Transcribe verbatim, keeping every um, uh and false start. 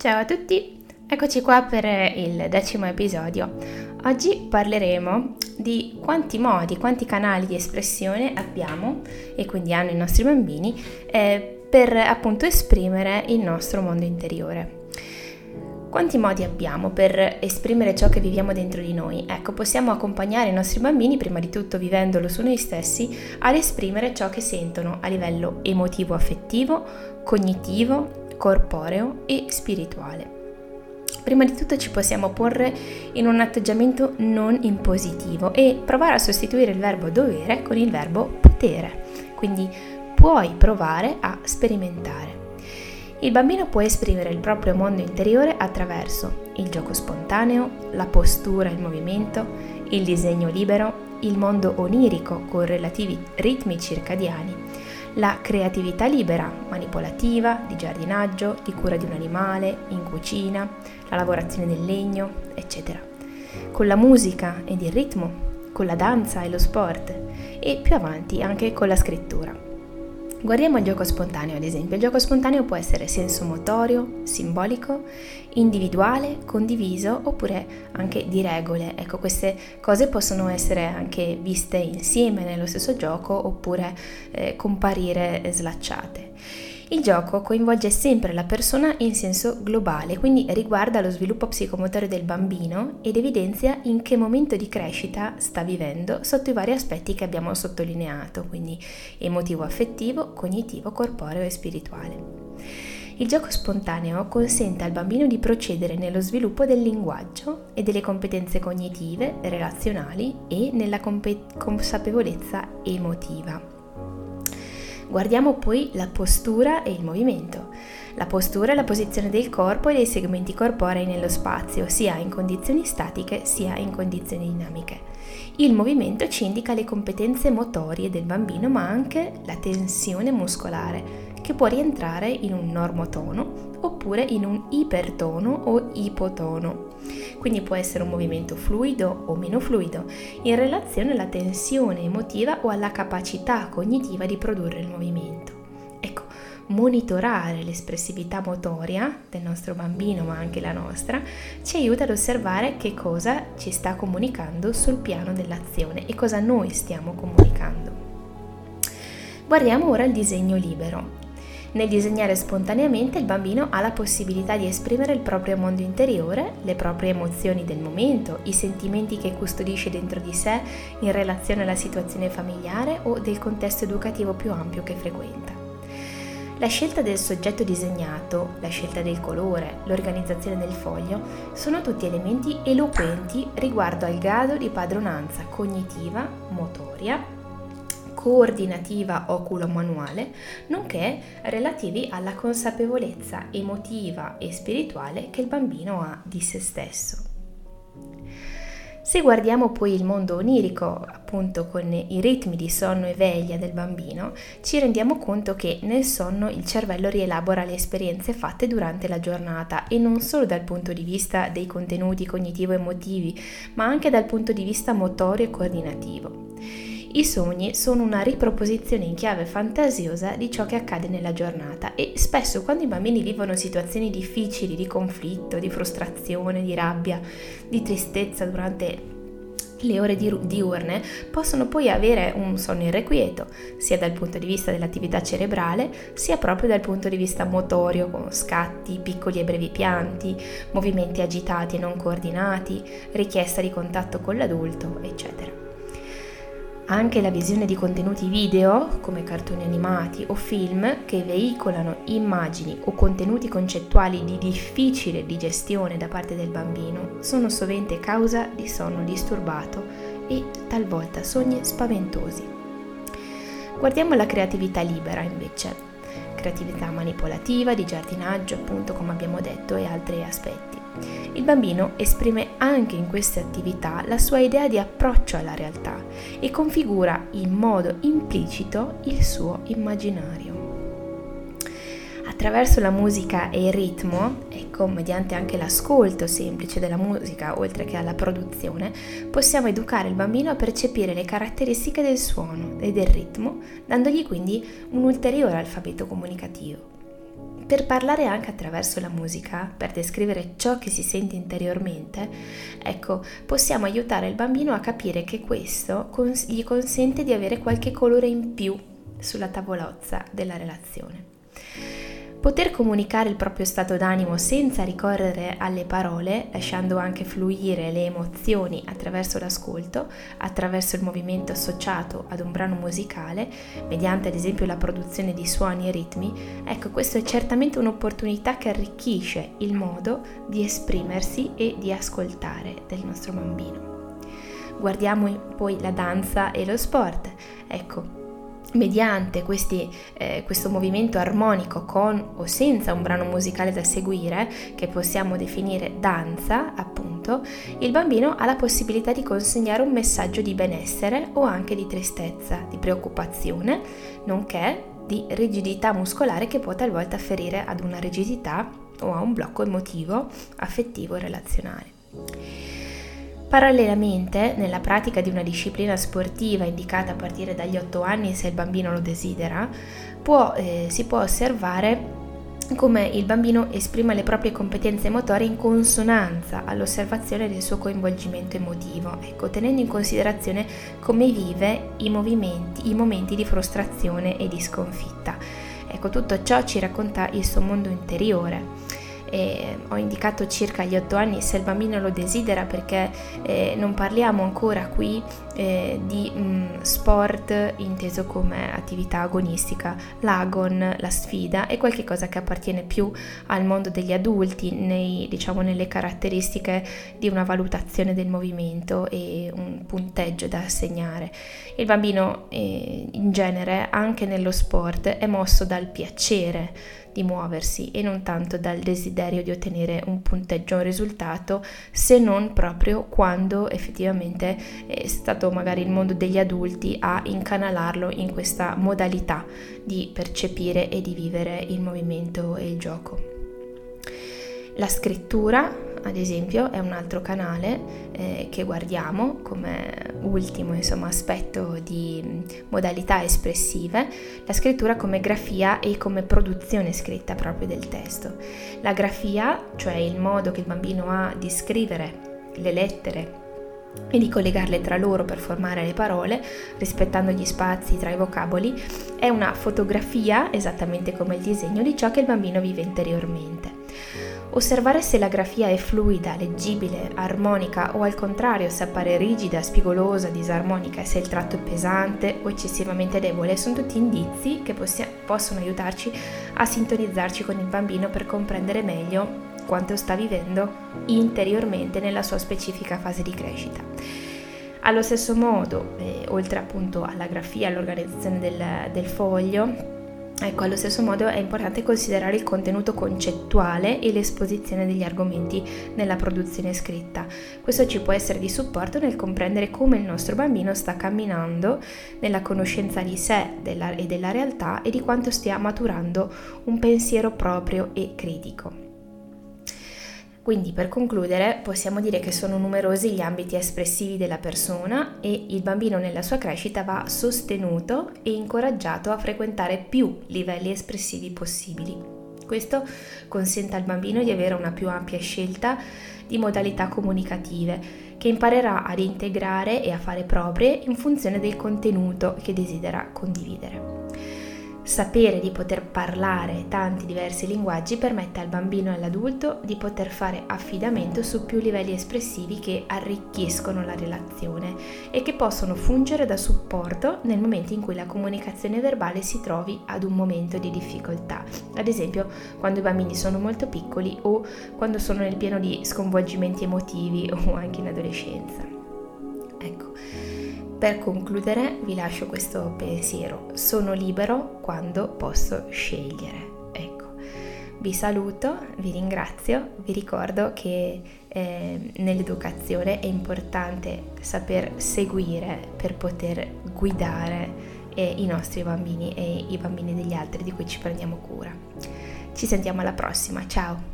Ciao a tutti, eccoci qua per il decimo episodio. Oggi parleremo di quanti modi, quanti canali di espressione abbiamo e quindi hanno i nostri bambini eh, per appunto esprimere il nostro mondo interiore. Quanti modi abbiamo per esprimere ciò che viviamo dentro di noi? Ecco, possiamo accompagnare i nostri bambini, prima di tutto vivendolo su noi stessi, ad esprimere ciò che sentono a livello emotivo, affettivo, cognitivo, corporeo e spirituale. Prima di tutto ci possiamo porre in un atteggiamento non impositivo e provare a sostituire il verbo dovere con il verbo potere. Quindi puoi provare a sperimentare. Il bambino può esprimere il proprio mondo interiore attraverso il gioco spontaneo, la postura e il movimento, il disegno libero, il mondo onirico con relativi ritmi circadiani, la creatività libera, manipolativa, di giardinaggio, di cura di un animale, in cucina, la lavorazione del legno, eccetera. Con la musica ed il ritmo, con la danza e lo sport e più avanti anche con la scrittura. Guardiamo il gioco spontaneo, ad esempio. Il gioco spontaneo può essere sensomotorio, simbolico, individuale, condiviso oppure anche di regole. Ecco, queste cose possono essere anche viste insieme nello stesso gioco oppure eh, comparire slacciate. Il gioco coinvolge sempre la persona in senso globale, quindi riguarda lo sviluppo psicomotorio del bambino ed evidenzia in che momento di crescita sta vivendo sotto i vari aspetti che abbiamo sottolineato, quindi emotivo-affettivo, cognitivo, corporeo e spirituale. Il gioco spontaneo consente al bambino di procedere nello sviluppo del linguaggio e delle competenze cognitive, relazionali e nella compe- consapevolezza emotiva. Guardiamo poi la postura e il movimento. La postura è la posizione del corpo e dei segmenti corporei nello spazio, sia in condizioni statiche sia in condizioni dinamiche. Il movimento ci indica le competenze motorie del bambino, ma anche la tensione muscolare, che può rientrare in un normotono oppure in un ipertono o ipotono. Quindi può essere un movimento fluido o meno fluido, in relazione alla tensione emotiva o alla capacità cognitiva di produrre il movimento. Ecco, monitorare l'espressività motoria del nostro bambino, ma anche la nostra, ci aiuta ad osservare che cosa ci sta comunicando sul piano dell'azione e cosa noi stiamo comunicando. Guardiamo ora il disegno libero. Nel disegnare spontaneamente il bambino ha la possibilità di esprimere il proprio mondo interiore, le proprie emozioni del momento, i sentimenti che custodisce dentro di sé in relazione alla situazione familiare o del contesto educativo più ampio che frequenta. La scelta del soggetto disegnato, la scelta del colore, l'organizzazione del foglio sono tutti elementi eloquenti riguardo al grado di padronanza cognitiva, motoria, coordinativa oculo-manuale, nonché relativi alla consapevolezza emotiva e spirituale che il bambino ha di se stesso. Se guardiamo poi il mondo onirico, appunto con i ritmi di sonno e veglia del bambino, ci rendiamo conto che nel sonno il cervello rielabora le esperienze fatte durante la giornata e non solo dal punto di vista dei contenuti cognitivo-emotivi, ma anche dal punto di vista motorio e coordinativo. I sogni sono una riproposizione in chiave fantasiosa di ciò che accade nella giornata e spesso quando i bambini vivono situazioni difficili di conflitto, di frustrazione, di rabbia, di tristezza durante le ore diurne, possono poi avere un sonno irrequieto, sia dal punto di vista dell'attività cerebrale, sia proprio dal punto di vista motorio, con scatti, piccoli e brevi pianti, movimenti agitati e non coordinati, richiesta di contatto con l'adulto, eccetera. Anche la visione di contenuti video, come cartoni animati o film, che veicolano immagini o contenuti concettuali di difficile digestione da parte del bambino, sono sovente causa di sonno disturbato e talvolta sogni spaventosi. Guardiamo la creatività libera invece, creatività manipolativa, di giardinaggio, appunto come abbiamo detto, e altri aspetti. Il bambino esprime anche in queste attività la sua idea di approccio alla realtà e configura in modo implicito il suo immaginario. Attraverso la musica e il ritmo, ecco, mediante anche l'ascolto semplice della musica, oltre che alla produzione, possiamo educare il bambino a percepire le caratteristiche del suono e del ritmo, dandogli quindi un ulteriore alfabeto comunicativo. Per parlare anche attraverso la musica, per descrivere ciò che si sente interiormente, ecco, possiamo aiutare il bambino a capire che questo cons- gli consente di avere qualche colore in più sulla tavolozza della relazione. Poter comunicare il proprio stato d'animo senza ricorrere alle parole, lasciando anche fluire le emozioni attraverso l'ascolto, attraverso il movimento associato ad un brano musicale, mediante ad esempio la produzione di suoni e ritmi, ecco, questo è certamente un'opportunità che arricchisce il modo di esprimersi e di ascoltare del nostro bambino. Guardiamo poi la danza e lo sport, ecco. Mediante questi, eh, questo movimento armonico con o senza un brano musicale da seguire, che possiamo definire danza, appunto, il bambino ha la possibilità di consegnare un messaggio di benessere o anche di tristezza, di preoccupazione, nonché di rigidità muscolare che può talvolta afferire ad una rigidità o a un blocco emotivo, affettivo e relazionale. Parallelamente, nella pratica di una disciplina sportiva indicata a partire dagli otto anni, se il bambino lo desidera, può, eh, si può osservare come il bambino esprima le proprie competenze motorie in consonanza all'osservazione del suo coinvolgimento emotivo, ecco, tenendo in considerazione come vive i movimenti, i momenti di frustrazione e di sconfitta. Ecco, tutto ciò ci racconta il suo mondo interiore. E ho indicato circa gli otto anni se il bambino lo desidera, perché eh, non parliamo ancora qui eh, di mh, sport inteso come attività agonistica. L'agon, la sfida, è qualcosa che appartiene più al mondo degli adulti, nei, diciamo, nelle caratteristiche di una valutazione del movimento e un punteggio da assegnare. Il bambino eh, in genere, anche nello sport, è mosso dal piacere di muoversi e non tanto dal desiderio di ottenere un punteggio, un risultato, se non proprio quando effettivamente è stato magari il mondo degli adulti a incanalarlo in questa modalità di percepire e di vivere il movimento e il gioco. La scrittura, ad esempio, è un altro canale eh, che guardiamo come ultimo, insomma, aspetto di modalità espressive, la scrittura come grafia e come produzione scritta proprio del testo. La grafia, cioè il modo che il bambino ha di scrivere le lettere e di collegarle tra loro per formare le parole, rispettando gli spazi tra i vocaboli, è una fotografia, esattamente come il disegno, di ciò che il bambino vive interiormente. Osservare se la grafia è fluida, leggibile, armonica o al contrario se appare rigida, spigolosa, disarmonica e se il tratto è pesante o eccessivamente debole, sono tutti indizi che possia- possono aiutarci a sintonizzarci con il bambino per comprendere meglio quanto sta vivendo interiormente nella sua specifica fase di crescita. Allo stesso modo, eh, oltre appunto alla grafia, all'organizzazione del, del foglio, ecco, allo stesso modo è importante considerare il contenuto concettuale e l'esposizione degli argomenti nella produzione scritta. Questo ci può essere di supporto nel comprendere come il nostro bambino sta camminando nella conoscenza di sé della, e della realtà e di quanto stia maturando un pensiero proprio e critico. Quindi, per concludere, possiamo dire che sono numerosi gli ambiti espressivi della persona e il bambino nella sua crescita va sostenuto e incoraggiato a frequentare più livelli espressivi possibili. Questo consente al bambino di avere una più ampia scelta di modalità comunicative che imparerà ad integrare e a fare proprie in funzione del contenuto che desidera condividere. Sapere di poter parlare tanti diversi linguaggi permette al bambino e all'adulto di poter fare affidamento su più livelli espressivi che arricchiscono la relazione e che possono fungere da supporto nel momento in cui la comunicazione verbale si trovi ad un momento di difficoltà, ad esempio quando i bambini sono molto piccoli o quando sono nel pieno di sconvolgimenti emotivi o anche in adolescenza. Ecco. Per concludere vi lascio questo pensiero: sono libero quando posso scegliere. Ecco, vi saluto, vi ringrazio, vi ricordo che eh, nell'educazione è importante saper seguire per poter guidare eh, i nostri bambini e i bambini degli altri di cui ci prendiamo cura. Ci sentiamo alla prossima, ciao!